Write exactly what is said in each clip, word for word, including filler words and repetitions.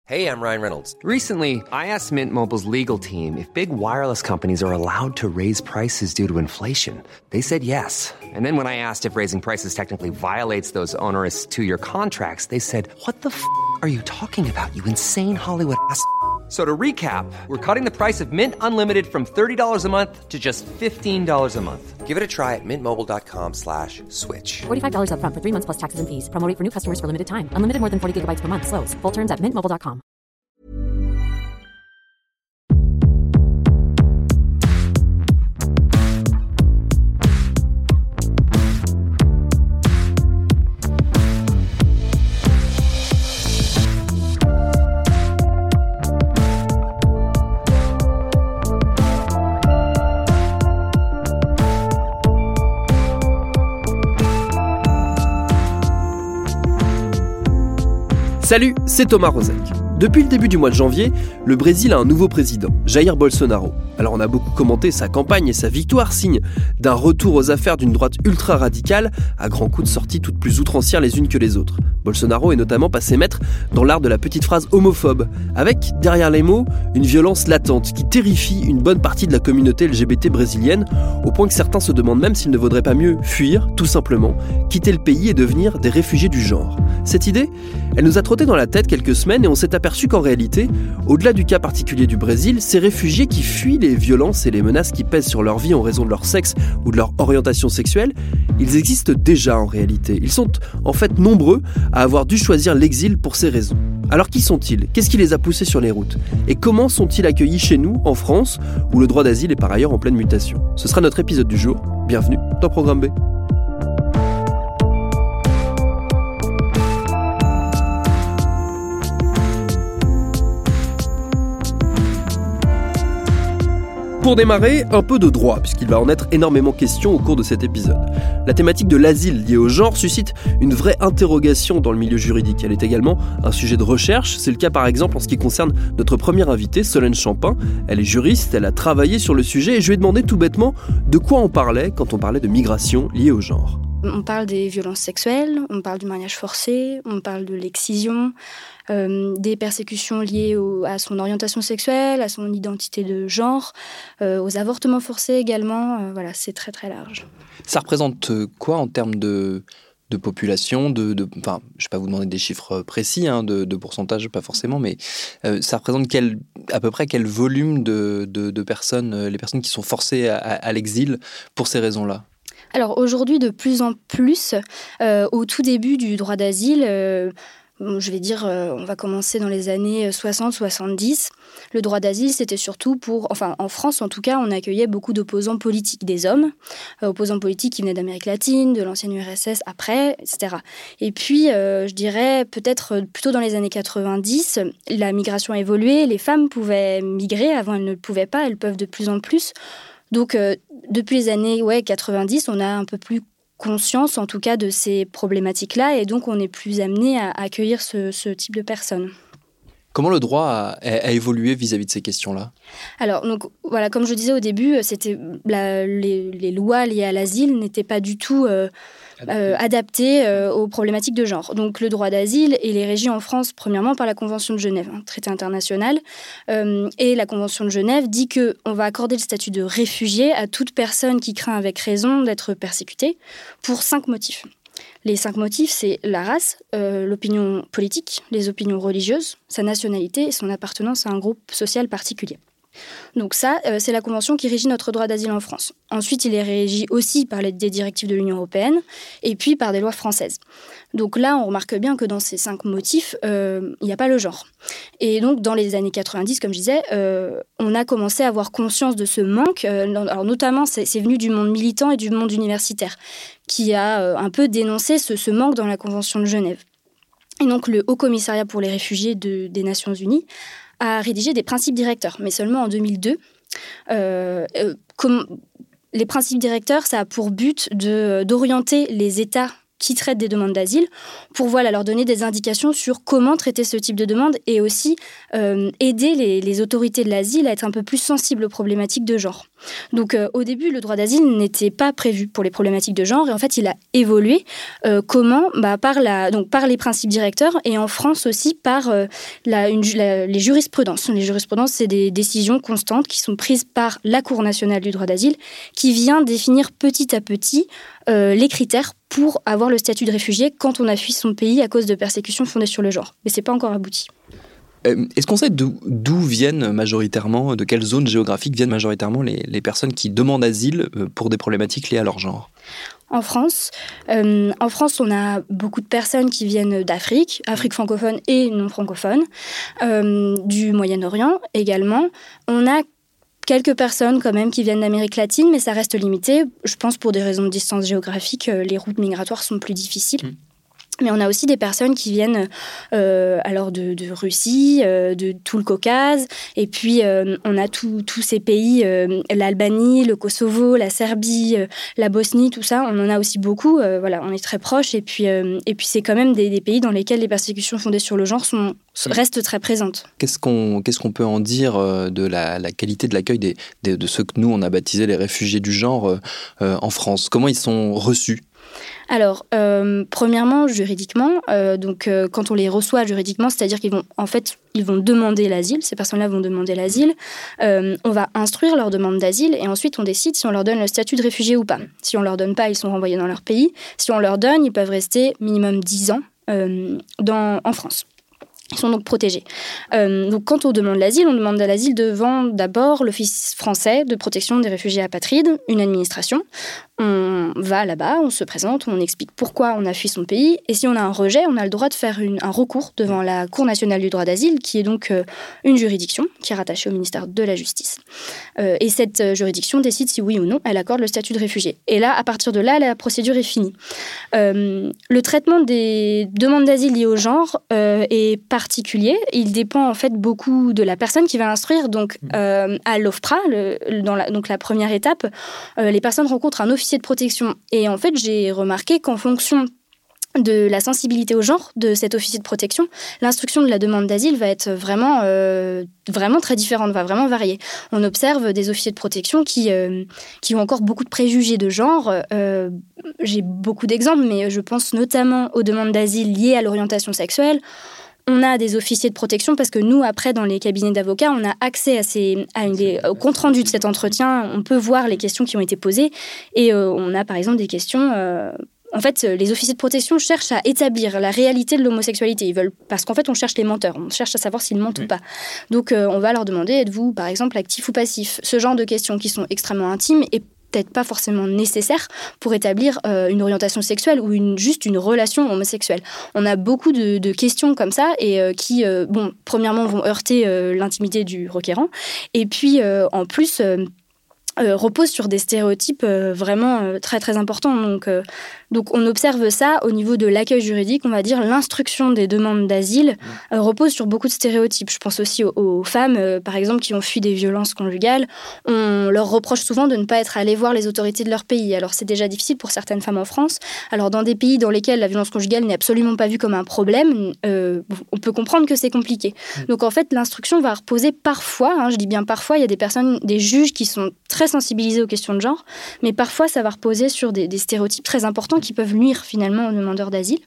Hey, I'm Ryan Reynolds. Recently, I asked Mint Mobile's legal team if big wireless companies are allowed to raise prices due to inflation. They said yes. And then when I asked if raising prices technically violates those onerous two-year contracts, they said, what the f*** are you talking about, you insane Hollywood ass f- So to recap, we're cutting the price of Mint Unlimited from thirty dollars a month to just fifteen dollars a month. Give it a try at mintmobile.com slash switch. forty-five dollars up front for three months plus taxes and fees. Promo rate for new customers for limited time. Unlimited more than forty gigabytes per month. Slows full terms at mint mobile dot com. Salut, c'est Thomas Rozek. Depuis le début du mois de janvier, le Brésil a un nouveau président, Jair Bolsonaro. Alors on a beaucoup commenté sa campagne et sa victoire, signe d'un retour aux affaires d'une droite ultra-radicale, à grands coups de sorties toutes plus outrancières les unes que les autres. Bolsonaro est notamment passé maître dans l'art de la petite phrase homophobe, avec, derrière les mots, une violence latente qui terrifie une bonne partie de la communauté L G B T brésilienne, au point que certains se demandent même s'il ne vaudrait pas mieux fuir, tout simplement, quitter le pays et devenir des réfugiés du genre. Cette idée, elle nous a trotté dans la tête quelques semaines et on s'est aperçu qu'en réalité, au-delà du cas particulier du Brésil, ces réfugiés qui fuient les violences et les menaces qui pèsent sur leur vie en raison de leur sexe ou de leur orientation sexuelle, ils existent déjà en réalité. Ils sont en fait nombreux à avoir dû choisir l'exil pour ces raisons. Alors qui sont-ils ? Qu'est-ce qui les a poussés sur les routes ? Et comment sont-ils accueillis chez nous, en France, où le droit d'asile est par ailleurs en pleine mutation ? Ce sera notre épisode du jour. Bienvenue dans Programme B. Pour démarrer, un peu de droit, puisqu'il va en être énormément question au cours de cet épisode. La thématique de l'asile liée au genre suscite une vraie interrogation dans le milieu juridique. Elle est également un sujet de recherche. C'est le cas par exemple en ce qui concerne notre première invitée, Solène Champin. Elle est juriste, elle a travaillé sur le sujet et je lui ai demandé tout bêtement de quoi on parlait quand on parlait de migration liée au genre. On parle des violences sexuelles, on parle du mariage forcé, on parle de l'excision, euh, des persécutions liées au, à son orientation sexuelle, à son identité de genre, euh, aux avortements forcés également. Euh, voilà, c'est très très large. Ça représente quoi en termes de, de population de, de, enfin, je ne vais pas vous demander des chiffres précis, hein, de, de pourcentage, pas forcément, mais euh, ça représente quel, à peu près quel volume de, de, de personnes, les personnes qui sont forcées à, à l'exil pour ces raisons-là ? Alors aujourd'hui, de plus en plus, euh, au tout début du droit d'asile, euh, je vais dire, euh, on va commencer dans les années soixante soixante-dix, le droit d'asile, c'était surtout pour, enfin en France en tout cas, on accueillait beaucoup d'opposants politiques, des hommes, euh, opposants politiques qui venaient d'Amérique latine, de l'ancienne U R S S après, et cetera. Et puis, euh, je dirais peut-être plutôt dans les années quatre-vingt-dix, la migration a évolué, les femmes pouvaient migrer, avant elles ne le pouvaient pas, elles peuvent de plus en plus. Donc, euh, depuis les années ouais, quatre-vingt-dix, on a un peu plus conscience, en tout cas, de ces problématiques-là, et donc on est plus amené à accueillir ce, ce type de personnes. Comment le droit a, a évolué vis-à-vis de ces questions-là ? Alors, donc, voilà, comme je disais au début, c'était la, les, les lois liées à l'asile n'étaient pas du tout euh, euh, adaptées euh, aux problématiques de genre. Donc, le droit d'asile, il est régi en France, premièrement, par la Convention de Genève, un traité international. Euh, et la Convention de Genève dit qu'on va accorder le statut de réfugié à toute personne qui craint avec raison d'être persécutée pour cinq motifs. Les cinq motifs, c'est la race, euh, l'opinion politique, les opinions religieuses, sa nationalité et son appartenance à un groupe social particulier. Donc ça, euh, c'est la convention qui régit notre droit d'asile en France. Ensuite, il est régi aussi par les, des directives de l'Union européenne et puis par des lois françaises. Donc là, on remarque bien que dans ces cinq motifs, euh, il n'y a pas le genre. Et donc, dans les années quatre-vingt-dix, comme je disais, euh, on a commencé à avoir conscience de ce manque. Euh, alors notamment, c'est, c'est venu du monde militant et du monde universitaire, qui a euh, un peu dénoncé ce, ce manque dans la Convention de Genève. Et donc, le Haut Commissariat pour les réfugiés de, des Nations Unies a rédigé des principes directeurs, mais seulement en deux mille deux. Euh, euh, comme, les principes directeurs, ça a pour but de, d'orienter les États qui traitent des demandes d'asile pour voilà, leur donner des indications sur comment traiter ce type de demande et aussi euh, aider les, les autorités de l'asile à être un peu plus sensibles aux problématiques de genre. Donc euh, au début, le droit d'asile n'était pas prévu pour les problématiques de genre et en fait, il a évolué euh, comment bah, par, la, donc, par les principes directeurs et en France aussi par euh, la, une, la, les jurisprudences. Les jurisprudences, c'est des décisions constantes qui sont prises par la Cour nationale du droit d'asile qui vient définir petit à petit euh, les critères pour avoir le statut de réfugié quand on a fui son pays à cause de persécutions fondées sur le genre. Mais ce n'est pas encore abouti. Euh, est-ce qu'on sait d'où, d'où viennent majoritairement, de quelles zones géographiques viennent majoritairement les, les personnes qui demandent asile pour des problématiques liées à leur genre ? En France, euh, en France, on a beaucoup de personnes qui viennent d'Afrique, Afrique francophone et non francophone, euh, du Moyen-Orient également. On a quelques personnes quand même qui viennent d'Amérique latine, mais ça reste limité. Je pense pour des raisons de distance géographique, les routes migratoires sont plus difficiles. Mmh. Mais on a aussi des personnes qui viennent euh, alors de, de Russie, euh, de tout le Caucase, et puis euh, on a tous ces pays, euh, l'Albanie, le Kosovo, la Serbie, euh, la Bosnie, tout ça, on en a aussi beaucoup. Euh, voilà, on est très proches, et puis euh, et puis c'est quand même des, des pays dans lesquels les persécutions fondées sur le genre sont restent très présentes. Qu'est-ce qu'on qu'est-ce qu'on peut en dire de la, la qualité de l'accueil des, des de ceux que nous on a baptisés les réfugiés du genre euh, en France ? Comment ils sont reçus ? Alors, euh, premièrement, juridiquement, euh, donc euh, quand on les reçoit juridiquement, c'est-à-dire qu'ils vont, en fait, ils vont demander l'asile. Ces personnes-là vont demander l'asile. Euh, on va instruire leur demande d'asile et ensuite on décide si on leur donne le statut de réfugié ou pas. Si on leur donne pas, ils sont renvoyés dans leur pays. Si on leur donne, ils peuvent rester minimum dix ans euh, dans, en France. Ils sont donc protégés. Euh, donc quand on demande l'asile, on demande l'asile devant d'abord l'Office français de protection des réfugiés apatrides, une administration. On va là-bas, on se présente, on explique pourquoi on a fui son pays. Et si on a un rejet, on a le droit de faire une, un recours devant la Cour nationale du droit d'asile, qui est donc euh, une juridiction qui est rattachée au ministère de la Justice. Euh, et cette euh, juridiction décide si oui ou non elle accorde le statut de réfugié. Et là, à partir de là, la procédure est finie. Euh, le traitement des demandes d'asile liées au genre euh, est particulier. Il dépend en fait beaucoup de la personne qui va instruire. Donc, euh, à l'OFPRA, le, dans la, donc la première étape, euh, les personnes rencontrent un officier de protection. Et en fait, j'ai remarqué qu'en fonction de la sensibilité au genre de cet officier de protection, l'instruction de la demande d'asile va être vraiment, euh, vraiment très différente, va vraiment varier. On observe des officiers de protection qui, euh, qui ont encore beaucoup de préjugés de genre. Euh, j'ai beaucoup d'exemples, mais je pense notamment aux demandes d'asile liées à l'orientation sexuelle. On a des officiers de protection parce que nous, après, dans les cabinets d'avocats, on a accès à ces, à une, au compte-rendu de cet entretien. On peut voir les questions qui ont été posées. Et euh, on a, par exemple, des questions... Euh, en fait, les officiers de protection cherchent à établir la réalité de l'homosexualité. Ils veulent, parce qu'en fait, on cherche les menteurs. On cherche à savoir s'ils mentent oui. ou pas. Donc, euh, on va leur demander, êtes-vous, par exemple, actif ou passif ? Ce genre de questions qui sont extrêmement intimes et peut-être pas forcément nécessaire pour établir euh, une orientation sexuelle ou une, juste une relation homosexuelle. On a beaucoup de, de questions comme ça et euh, qui, euh, bon, premièrement, vont heurter euh, l'intimité du requérant et puis, euh, en plus, euh, euh, reposent sur des stéréotypes euh, vraiment euh, très, très importants. Donc, euh, donc, on observe ça au niveau de l'accueil juridique. On va dire l'instruction des demandes d'asile euh, repose sur beaucoup de stéréotypes. Je pense aussi aux, aux femmes, euh, par exemple, qui ont fui des violences conjugales. On leur reproche souvent de ne pas être allées voir les autorités de leur pays. Alors, c'est déjà difficile pour certaines femmes en France. Alors, dans des pays dans lesquels la violence conjugale n'est absolument pas vue comme un problème, euh, on peut comprendre que c'est compliqué. Mmh. Donc, en fait, l'instruction va reposer parfois, hein, je dis bien parfois, il y a des personnes, des juges qui sont très sensibilisés aux questions de genre, mais parfois, ça va reposer sur des, des stéréotypes très importants qui peuvent nuire finalement aux demandeurs d'asile.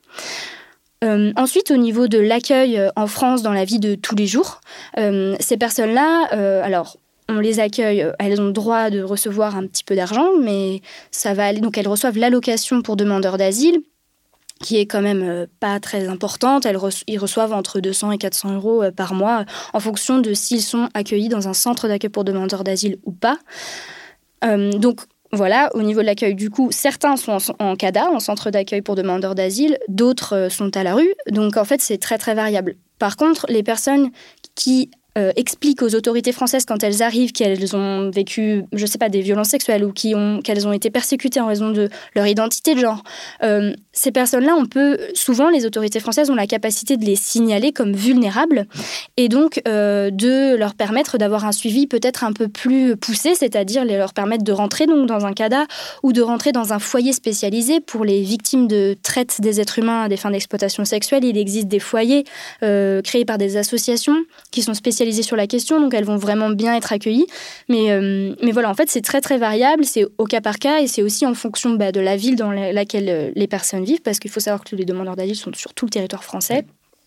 Euh, ensuite, au niveau de l'accueil en France dans la vie de tous les jours, euh, ces personnes-là, euh, alors on les accueille, elles ont le droit de recevoir un petit peu d'argent, mais ça va aller, donc elles reçoivent l'allocation pour demandeurs d'asile, qui est quand même euh, pas très importante. Elles re- ils reçoivent entre deux cents et quatre cents euros euh, par mois, en fonction de s'ils sont accueillis dans un centre d'accueil pour demandeurs d'asile ou pas. Euh, donc, Voilà, au niveau de l'accueil, du coup, certains sont en, en CADA, en centre d'accueil pour demandeurs d'asile, d'autres sont à la rue. Donc, en fait, c'est très, très variable. Par contre, les personnes qui euh, expliquent aux autorités françaises quand elles arrivent qu'elles ont vécu, je sais pas, des violences sexuelles ou qui ont, qu'elles ont été persécutées en raison de leur identité de genre, euh, ces personnes-là, on peut, souvent les autorités françaises ont la capacité de les signaler comme vulnérables et donc euh, de leur permettre d'avoir un suivi peut-être un peu plus poussé, c'est-à-dire leur permettre de rentrer donc dans un CADA ou de rentrer dans un foyer spécialisé pour les victimes de traite des êtres humains à des fins d'exploitation sexuelle. Il existe des foyers euh, créés par des associations qui sont spécialisées sur la question, donc elles vont vraiment bien être accueillies. Mais, euh, mais voilà, en fait, c'est très très variable, c'est au cas par cas et c'est aussi en fonction bah, de la ville dans la, laquelle les personnes vivent, parce qu'il faut savoir que les demandeurs d'asile sont sur tout le territoire français.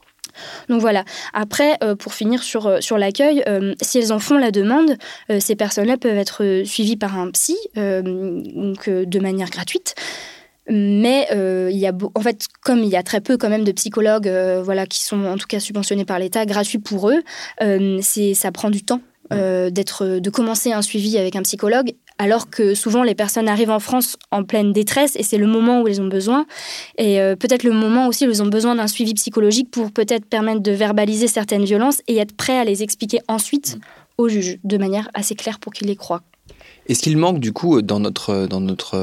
Donc voilà. Après, euh, pour finir sur, sur l'accueil, euh, si elles en font la demande, euh, ces personnes-là peuvent être suivies par un psy, euh, donc euh, de manière gratuite. Mais euh, il y a beau... en fait, comme il y a très peu quand même de psychologues euh, voilà, qui sont en tout cas subventionnés par l'État, gratuits pour eux, euh, c'est... ça prend du temps euh, d'être... de commencer un suivi avec un psychologue, alors que souvent les personnes arrivent en France en pleine détresse et c'est le moment où elles ont besoin. Et euh, peut-être le moment aussi où elles ont besoin d'un suivi psychologique pour peut-être permettre de verbaliser certaines violences et être prêt à les expliquer ensuite au juge de manière assez claire pour qu'il les croie. Est-ce qu'il manque du coup dans notre, dans notre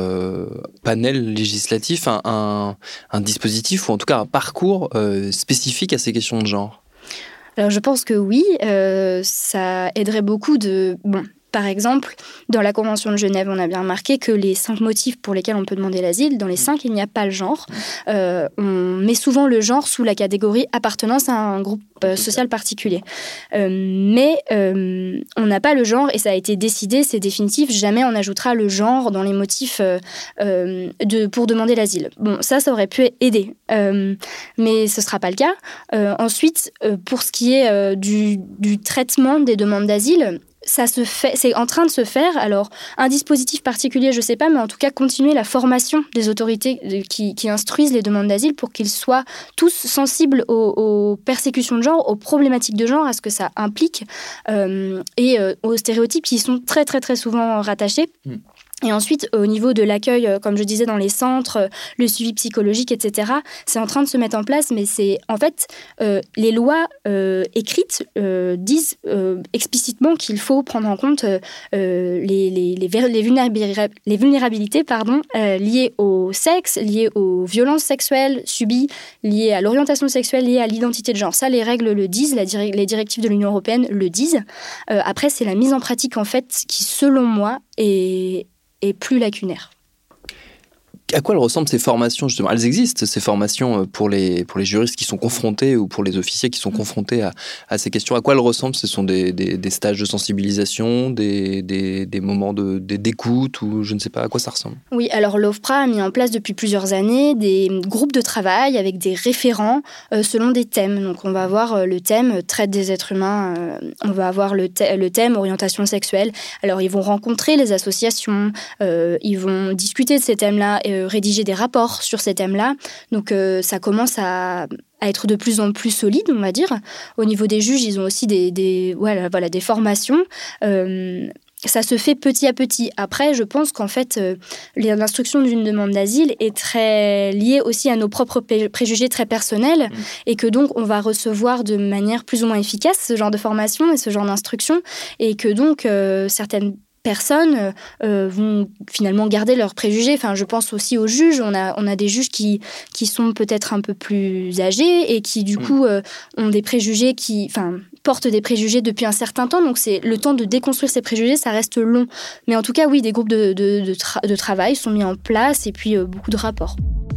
panel législatif un, un, un dispositif ou en tout cas un parcours euh, spécifique à ces questions de genre ? Alors je pense que oui, euh, ça aiderait beaucoup de... Bon, par exemple, dans la Convention de Genève, on a bien remarqué que les cinq motifs pour lesquels on peut demander l'asile, dans les cinq, il n'y a pas le genre. Euh, on met souvent le genre sous la catégorie appartenance à un groupe euh, social particulier. Euh, mais euh, on n'a pas le genre, et ça a été décidé, c'est définitif, jamais on ajoutera le genre dans les motifs euh, euh, de, pour demander l'asile. Bon, ça, ça aurait pu aider, euh, mais ce ne sera pas le cas. Euh, ensuite, euh, pour ce qui est euh, du, du traitement des demandes d'asile, ça se fait, c'est en train de se faire. Alors, un dispositif particulier, je ne sais pas, mais en tout cas, continuer la formation des autorités qui, qui instruisent les demandes d'asile pour qu'ils soient tous sensibles aux, aux persécutions de genre, aux problématiques de genre, à ce que ça implique, euh, et euh, aux stéréotypes qui y sont très, très, très souvent rattachés. Mmh. Et ensuite, au niveau de l'accueil, comme je disais, dans les centres, le suivi psychologique, et cetera, c'est en train de se mettre en place, mais c'est en fait, euh, les lois euh, écrites euh, disent euh, explicitement qu'il faut prendre en compte euh, les, les, les, les, vulnérabilités, les vulnérabilités pardon, euh, liées au sexe, liées aux violences sexuelles subies, liées à l'orientation sexuelle, liées à l'identité de genre. Ça, les règles le disent, la dir- les directives de l'Union européenne le disent. Euh, après, c'est la mise en pratique, en fait, qui, selon moi, est... et plus lacunaire. À quoi elles ressemblent ces formations, justement ? Elles existent, ces formations pour les, pour les juristes qui sont confrontés ou pour les officiers qui sont confrontés à, à ces questions. À quoi elles ressemblent ? Ce sont des, des, des stages de sensibilisation, des, des, des moments de, des, d'écoute ou je ne sais pas, à quoi ça ressemble ? Oui, alors l'OFPRA a mis en place depuis plusieurs années des groupes de travail avec des référents euh, selon des thèmes. Donc on va avoir euh, le thème traite des êtres humains, euh, on va avoir le, th- le thème orientation sexuelle. Alors ils vont rencontrer les associations, euh, ils vont discuter de ces thèmes-là et rédiger des rapports sur ces thèmes-là. Donc euh, ça commence à, à être de plus en plus solide, on va dire. Au niveau des juges, ils ont aussi des, des, voilà, voilà, des formations. Euh, ça se fait petit à petit. Après, je pense qu'en fait, euh, l'instruction d'une demande d'asile est très liée aussi à nos propres préjugés très personnels mmh. et que donc, on va recevoir de manière plus ou moins efficace ce genre de formation et ce genre d'instruction et que donc, euh, certaines personnes euh, vont finalement garder leurs préjugés. Enfin, je pense aussi aux juges. On a, on a des juges qui, qui sont peut-être un peu plus âgés et qui, du mmh. coup, euh, ont des préjugés qui... Enfin, portent des préjugés depuis un certain temps. Donc, c'est le temps de déconstruire ces préjugés, ça reste long. Mais en tout cas, oui, des groupes de, de, de, tra- de travail sont mis en place et puis euh, beaucoup de rapports.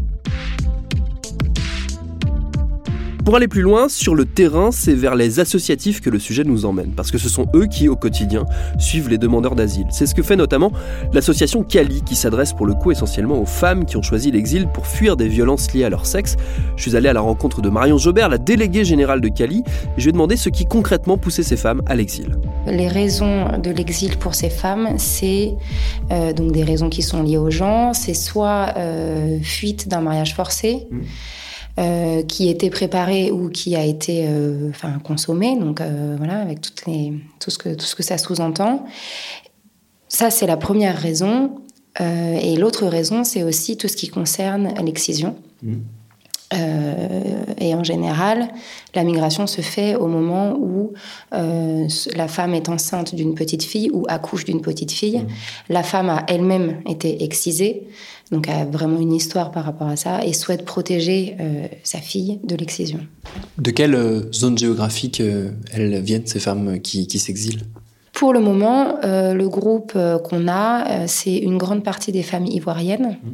Pour aller plus loin, sur le terrain, c'est vers les associatifs que le sujet nous emmène, parce que ce sont eux qui, au quotidien, suivent les demandeurs d'asile. C'est ce que fait notamment l'association Cali, qui s'adresse pour le coup essentiellement aux femmes qui ont choisi l'exil pour fuir des violences liées à leur sexe. Je suis allé à la rencontre de Marion Jobert, la déléguée générale de Cali, et je lui ai demandé ce qui concrètement poussait ces femmes à l'exil. Les raisons de l'exil pour ces femmes, c'est euh, donc des raisons qui sont liées au genre, c'est soit euh, fuite d'un mariage forcé, mmh. Euh, qui était préparé ou qui a été euh, enfin, consommé, donc euh, voilà, avec toutes les, tout, ce que, tout ce que ça sous-entend. Ça, c'est la première raison. Euh, et l'autre raison, c'est aussi tout ce qui concerne l'excision. Mmh. Euh, et en général, la migration se fait au moment où euh, la femme est enceinte d'une petite fille ou accouche d'une petite fille. Mmh. La femme a elle-même été excisée, donc a vraiment une histoire par rapport à ça, et souhaite protéger euh, sa fille de l'excision. De quelle euh, zone géographique euh, elles viennent, ces femmes qui, qui s'exilent ? Pour le moment, euh, le groupe euh, qu'on a, euh, c'est une grande partie des femmes ivoiriennes. Mmh.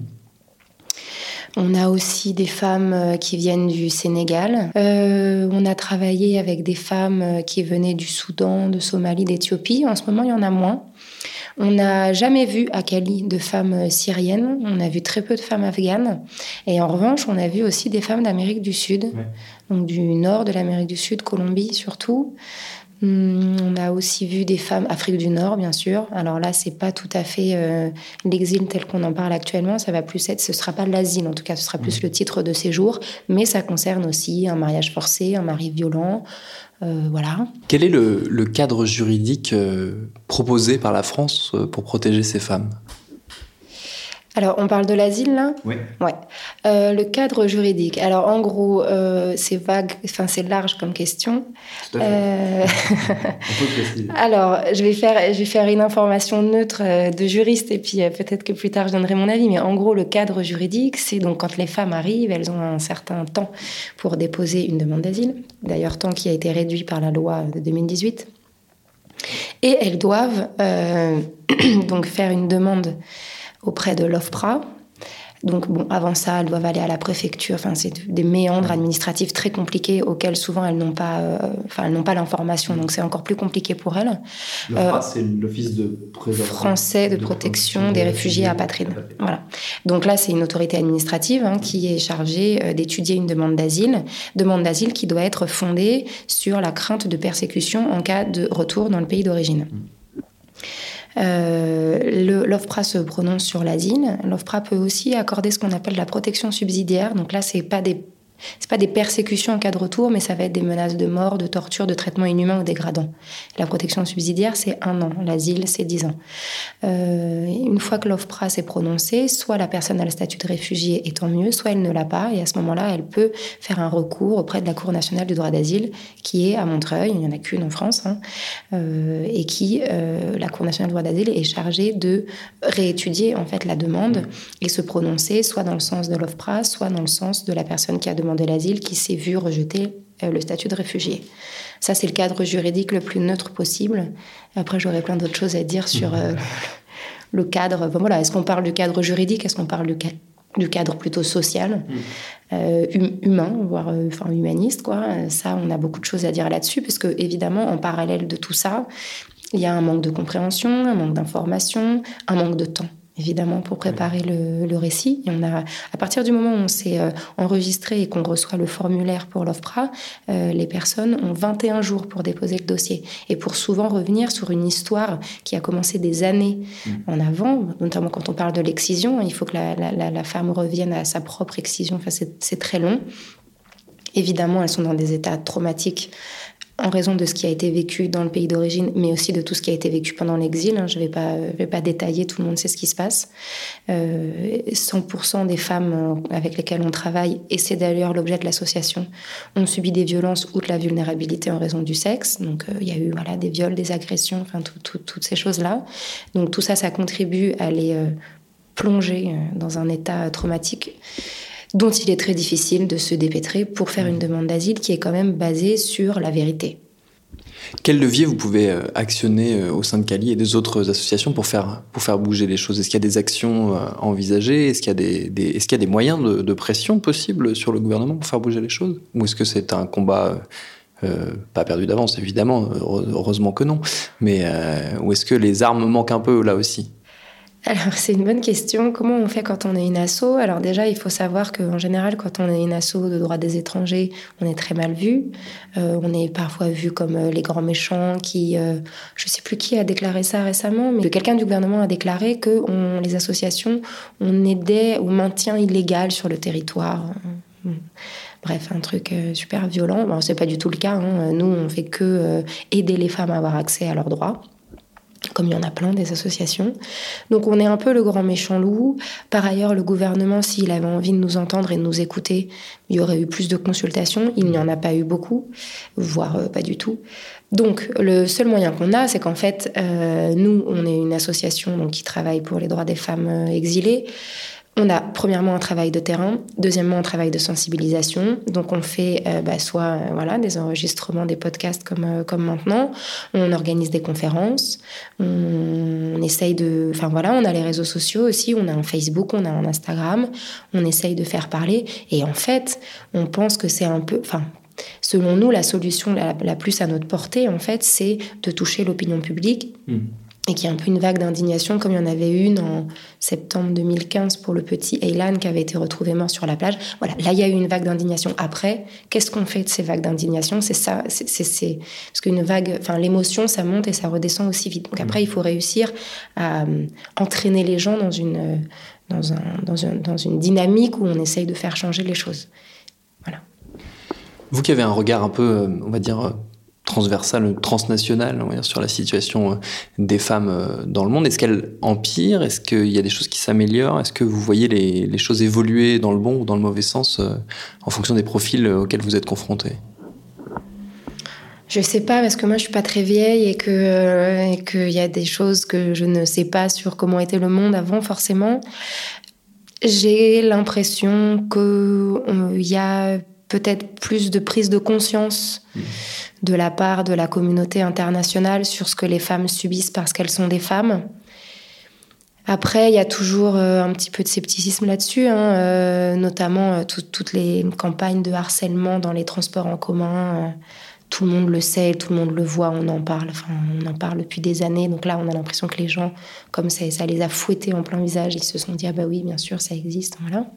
On a aussi des femmes qui viennent du Sénégal. Euh, on a travaillé avec des femmes qui venaient du Soudan, de Somalie, d'Éthiopie. En ce moment, il y en a moins. On n'a jamais vu à Cali de femmes syriennes. On a vu très peu de femmes afghanes. Et en revanche, on a vu aussi des femmes d'Amérique du Sud, ouais. Donc du nord de l'Amérique du Sud, Colombie surtout. On a aussi vu des femmes Afrique du Nord, bien sûr. Alors là, c'est pas tout à fait euh, l'exil tel qu'on en parle actuellement. Ça va plus être, ce sera pas l'asile, en tout cas, ce sera plus le titre de séjour, mais ça concerne aussi un mariage forcé, un mari violent, euh, voilà. Quel est le, le cadre juridique euh, proposé par la France euh, pour protéger ces femmes ? Alors, on parle de l'asile, là ? Oui. Ouais. Euh, le cadre juridique. Alors, en gros, euh, c'est vague, enfin, c'est large comme question. Tout à fait. Euh... on peut préciser. Alors, je vais faire, je vais faire une information neutre euh, de juriste, et puis euh, peut-être que plus tard, je donnerai mon avis. Mais en gros, le cadre juridique, c'est donc quand les femmes arrivent, elles ont un certain temps pour déposer une demande d'asile. D'ailleurs, temps qui a été réduit par la loi de deux mille dix-huit. Et elles doivent euh, donc faire une demande auprès de l'OFPRA. Donc, bon, avant ça, elles doivent aller à la préfecture. Enfin, c'est des méandres administratifs très compliqués auxquels souvent elles n'ont pas, euh, enfin, elles n'ont pas l'information. Donc, c'est encore plus compliqué pour elles. L'OFPRA, euh, c'est l'Office de préservation français de, de protection, protection des réfugiés et apatrides. Voilà. Donc là, c'est une autorité administrative hein, qui est chargée euh, d'étudier une demande d'asile. Demande d'asile qui doit être fondée sur la crainte de persécution en cas de retour dans le pays d'origine. Mmh. Euh, le, l'OFPRA se prononce sur l'asile. L'OFPRA peut aussi accorder ce qu'on appelle la protection subsidiaire. Donc là, c'est pas des C'est pas des persécutions en cas de retour, mais ça va être des menaces de mort, de torture, de traitement inhumain ou dégradant. La protection subsidiaire, c'est un an. L'asile, c'est dix ans. Euh, une fois que l'OFPRA s'est prononcée, soit la personne a le statut de réfugié, et tant mieux, soit elle ne l'a pas. Et à ce moment-là, elle peut faire un recours auprès de la Cour nationale du droit d'asile, qui est à Montreuil, il n'y en a qu'une en France, hein, euh, et qui, euh, la Cour nationale du droit d'asile, est chargée de réétudier en fait la demande et se prononcer soit dans le sens de l'OFPRA, soit dans le sens de la personne qui a demandé l'asile, qui s'est vue rejeter euh, le statut de réfugié. Ça, c'est le cadre juridique le plus neutre possible. Après, j'aurais plein d'autres choses à dire sur euh, le cadre. Bon, voilà, est-ce qu'on parle du cadre juridique ? Est-ce qu'on parle du, ca- du cadre plutôt social, euh, hum, humain, voire euh, enfin, humaniste, quoi. Ça, on a beaucoup de choses à dire là-dessus, parce que, évidemment, en parallèle de tout ça, il y a un manque de compréhension, un manque d'information, un manque de temps, évidemment, pour préparer le, le récit. Et on a, à partir du moment où on s'est euh, enregistré et qu'on reçoit le formulaire pour l'OFPRA, euh, les personnes ont vingt et un jours pour déposer le dossier. Et pour souvent revenir sur une histoire qui a commencé des années mmh. en avant, notamment quand on parle de l'excision, il faut que la, la, la femme revienne à sa propre excision. Enfin, c'est, c'est très long. Évidemment, elles sont dans des états traumatiques en raison de ce qui a été vécu dans le pays d'origine, mais aussi de tout ce qui a été vécu pendant l'exil. Je ne vais pas, je vais pas détailler, tout le monde sait ce qui se passe. Euh, cent pour cent des femmes avec lesquelles on travaille, et c'est d'ailleurs l'objet de l'association, ont subi des violences ou de la vulnérabilité en raison du sexe. Donc il euh, y a eu voilà, des viols, des agressions, enfin tout, tout, toutes ces choses-là. Donc tout ça, ça contribue à les euh, plonger dans un état traumatique dont il est très difficile de se dépêtrer pour faire une demande d'asile qui est quand même basée sur la vérité. Quel levier vous pouvez actionner au sein de Cali et des autres associations pour faire, pour faire bouger les choses ? Est-ce qu'il y a des actions à envisager ? Est-ce qu'il y a des, des, est-ce qu'il y a des moyens de, de pression possibles sur le gouvernement pour faire bouger les choses ? Ou est-ce que c'est un combat euh, pas perdu d'avance, évidemment, heureusement que non, mais euh, ou est-ce que les armes manquent un peu là aussi ? Alors, c'est une bonne question. Comment on fait quand on est une asso ? Alors déjà, il faut savoir qu'en général, quand on est une asso de droit des étrangers, on est très mal vu. Euh, on est parfois vu comme les grands méchants qui... Euh, je ne sais plus qui a déclaré ça récemment, mais quelqu'un du gouvernement a déclaré que on, les associations, on aidait au maintien illégal sur le territoire. Bref, un truc super violent. Bon, ce n'est pas du tout le cas. Hein. Nous, on ne fait que euh, aider les femmes à avoir accès à leurs droits. comme il y en a plein des associations. Donc on est un peu le grand méchant loup. Par ailleurs, le gouvernement, s'il avait envie de nous entendre et de nous écouter, il y aurait eu plus de consultations. Il n'y en a pas eu beaucoup, voire euh, pas du tout. Donc le seul moyen qu'on a, c'est qu'en fait, euh, nous, on est une association donc, qui travaille pour les droits des femmes euh, exilées. On a premièrement un travail de terrain, deuxièmement un travail de sensibilisation. Donc on fait euh, bah, soit euh, voilà, des enregistrements, des podcasts comme, euh, comme maintenant. On organise des conférences. On, on essaye de... Enfin voilà, on a les réseaux sociaux aussi. On a un Facebook, on a un Instagram. On essaye de faire parler. Et en fait, on pense que c'est un peu... Enfin, selon nous, la solution la, la plus à notre portée, en fait, c'est de toucher l'opinion publique. Mmh. Et qu'il y a un peu une vague d'indignation, comme il y en avait une en septembre deux mille quinze pour le petit Aylan qui avait été retrouvé mort sur la plage. Voilà, là, il y a eu une vague d'indignation. Après, qu'est-ce qu'on fait de ces vagues d'indignation ? C'est ça, c'est, c'est, c'est... Parce qu'une vague... Enfin, l'émotion, ça monte et ça redescend aussi vite. Donc après, il faut réussir à euh, entraîner les gens dans une, euh, dans, un, dans, un, dans une dynamique où on essaye de faire changer les choses. Voilà. Vous qui avez un regard un peu, on va dire... transversale, transnationale, on va dire, sur la situation des femmes dans le monde. Est-ce qu'elle empire ? Est-ce qu'il y a des choses qui s'améliorent ? Est-ce que vous voyez les, les choses évoluer dans le bon ou dans le mauvais sens euh, en fonction des profils auxquels vous êtes confrontés ? Je sais pas, parce que moi je suis pas très vieille et que euh, et qu'il y a des choses que je ne sais pas sur comment était le monde avant forcément. J'ai l'impression qu'il euh, y a peut-être plus de prise de conscience mmh. de la part de la communauté internationale sur ce que les femmes subissent parce qu'elles sont des femmes. Après, il y a toujours euh, un petit peu de scepticisme là-dessus, hein, euh, notamment euh, tout, toutes les campagnes de harcèlement dans les transports en commun. Euh, tout le monde le sait, tout le monde le voit, on en parle. Enfin, on en parle depuis des années. Donc là, on a l'impression que les gens, comme ça, ça les a fouettés en plein visage, ils se sont dit « Ah bah oui, bien sûr, ça existe. » Voilà.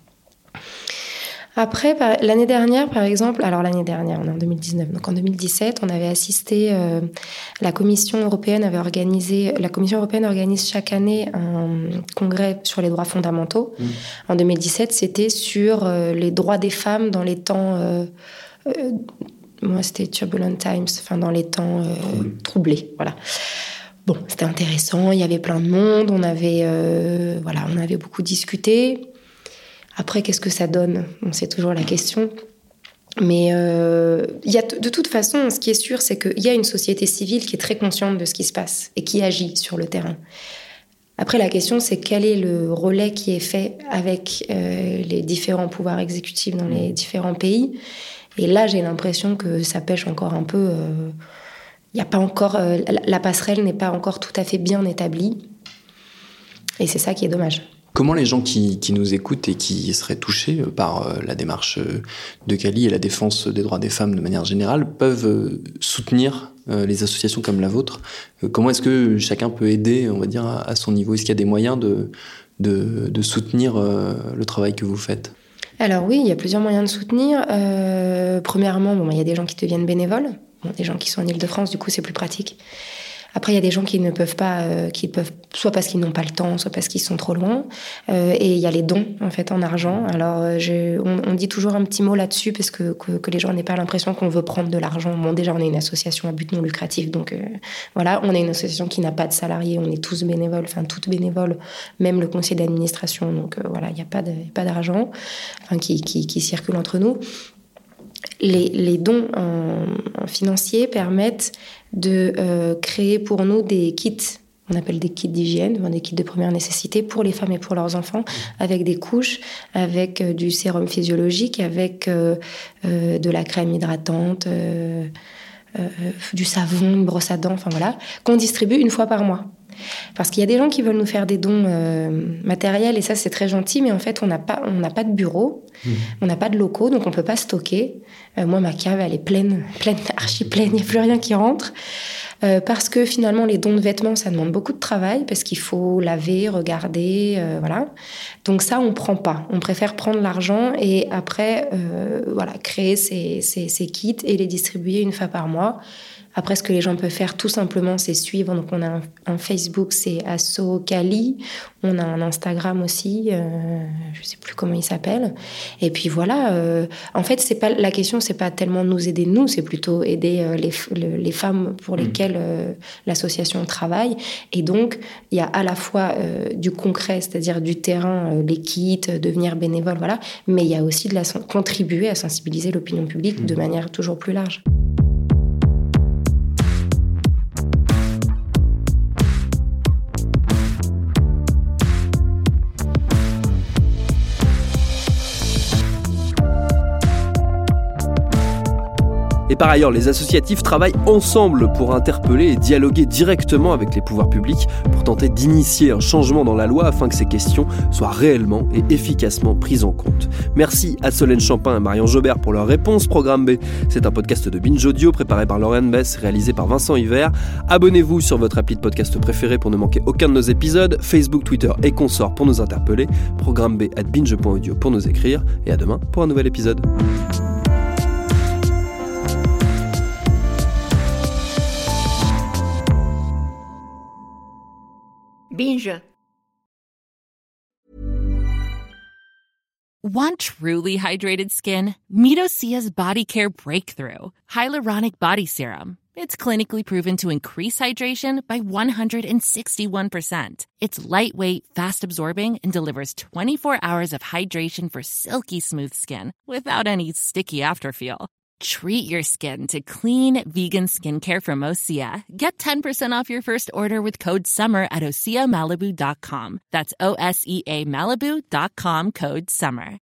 Après, par, l'année dernière, par exemple, alors l'année dernière, on est en deux mille dix-neuf, donc en deux mille dix-sept, on avait assisté, euh, la Commission européenne avait organisé, la Commission européenne organise chaque année un congrès sur les droits fondamentaux. Mmh. En deux mille dix-sept, c'était sur euh, les droits des femmes dans les temps, euh, euh, moi c'était Turbulent Times, enfin dans les temps euh, troublés. troublés, voilà. Bon, c'était intéressant, il y avait plein de monde, on avait, euh, voilà, on avait beaucoup discuté. Après, qu'est-ce que ça donne ? Bon, c'est toujours la question. Mais euh, y a t- de toute façon, ce qui est sûr, c'est qu'il y a une société civile qui est très consciente de ce qui se passe et qui agit sur le terrain. Après, la question, c'est quel est le relais qui est fait avec euh, les différents pouvoirs exécutifs dans les différents pays. Et là, j'ai l'impression que ça pêche encore un peu. Euh, y a pas encore, euh, la, la passerelle n'est pas encore tout à fait bien établie. Et c'est ça qui est dommage. Comment les gens qui, qui nous écoutent et qui seraient touchés par euh, la démarche de Cali et la défense des droits des femmes de manière générale peuvent euh, soutenir euh, les associations comme la vôtre ? euh, Comment est-ce que chacun peut aider, on va dire, à, à son niveau ? Est-ce qu'il y a des moyens de, de, de soutenir euh, le travail que vous faites ? Alors oui, il y a plusieurs moyens de soutenir. Euh, premièrement, bon, il y a des gens qui deviennent bénévoles, bon, des gens qui sont en Île-de-France, du coup c'est plus pratique. Après, il y a des gens qui ne peuvent pas, euh, qui peuvent, soit parce qu'ils n'ont pas le temps, soit parce qu'ils sont trop loin. Euh, et il y a les dons, en fait, en argent. Alors, euh, je, on, on dit toujours un petit mot là-dessus, parce que, que, que les gens n'aient pas l'impression qu'on veut prendre de l'argent. Bon, déjà, on est une association à but non lucratif, donc euh, voilà, on est une association qui n'a pas de salariés, on est tous bénévoles, enfin, toutes bénévoles, même le conseil d'administration. Donc, euh, voilà, il n'y a pas de, pas d'argent, enfin, qui, qui, qui circule entre nous. Les, les dons en, en financiers permettent de euh, créer pour nous des kits, on appelle des kits d'hygiène, des kits de première nécessité pour les femmes et pour leurs enfants, avec des couches, avec euh, du sérum physiologique, avec euh, euh, de la crème hydratante, euh, euh, du savon, une brosse à dents, enfin voilà, qu'on distribue une fois par mois. Parce qu'il y a des gens qui veulent nous faire des dons euh, matériels, et ça c'est très gentil, mais en fait on n'a pas, on n'a pas de bureau, mmh. on n'a pas de locaux, donc on ne peut pas stocker. Euh, moi ma cave elle est pleine, pleine, archi pleine, il n'y a plus rien qui rentre. Euh, parce que finalement les dons de vêtements ça demande beaucoup de travail, parce qu'il faut laver, regarder, euh, voilà. Donc ça on ne prend pas, on préfère prendre l'argent et après euh, voilà, créer ces, ces, ces kits et les distribuer une fois par mois. Après, ce que les gens peuvent faire tout simplement, c'est suivre. Donc, on a un, un Facebook, c'est Asso Cali. On a un Instagram aussi, euh, je ne sais plus comment il s'appelle. Et puis voilà, euh, en fait, c'est pas, la question, c'est pas tellement nous aider, nous, c'est plutôt aider euh, les, le, les femmes pour lesquelles euh, l'association travaille. Et donc, il y a à la fois euh, du concret, c'est-à-dire du terrain, euh, les kits, devenir bénévole, voilà. Mais il y a aussi de la, contribuer à sensibiliser l'opinion publique mmh. de manière toujours plus large. Et par ailleurs, les associatifs travaillent ensemble pour interpeller et dialoguer directement avec les pouvoirs publics pour tenter d'initier un changement dans la loi afin que ces questions soient réellement et efficacement prises en compte. Merci à Solène Champin et Marion Jobert pour leurs réponses. Programme B, c'est un podcast de Binge Audio préparé par Laurent Bess, réalisé par Vincent Hiver. Abonnez-vous sur votre appli de podcast préféré pour ne manquer aucun de nos épisodes. Facebook, Twitter et consorts pour nous interpeller. Programme B at binge point audio pour nous écrire. Et à demain pour un nouvel épisode. Binge. Want truly hydrated skin? Meet Osea's Body Care Breakthrough Hyaluronic Body Serum. It's clinically proven to increase hydration by one hundred sixty-one percent. It's lightweight, fast-absorbing, and delivers twenty-four hours of hydration for silky smooth skin without any sticky afterfeel. Treat your skin to clean, vegan skincare from Osea. Get ten percent off your first order with code SUMMER at osea malibu dot com. That's O S E A Malibu dot com, code SUMMER.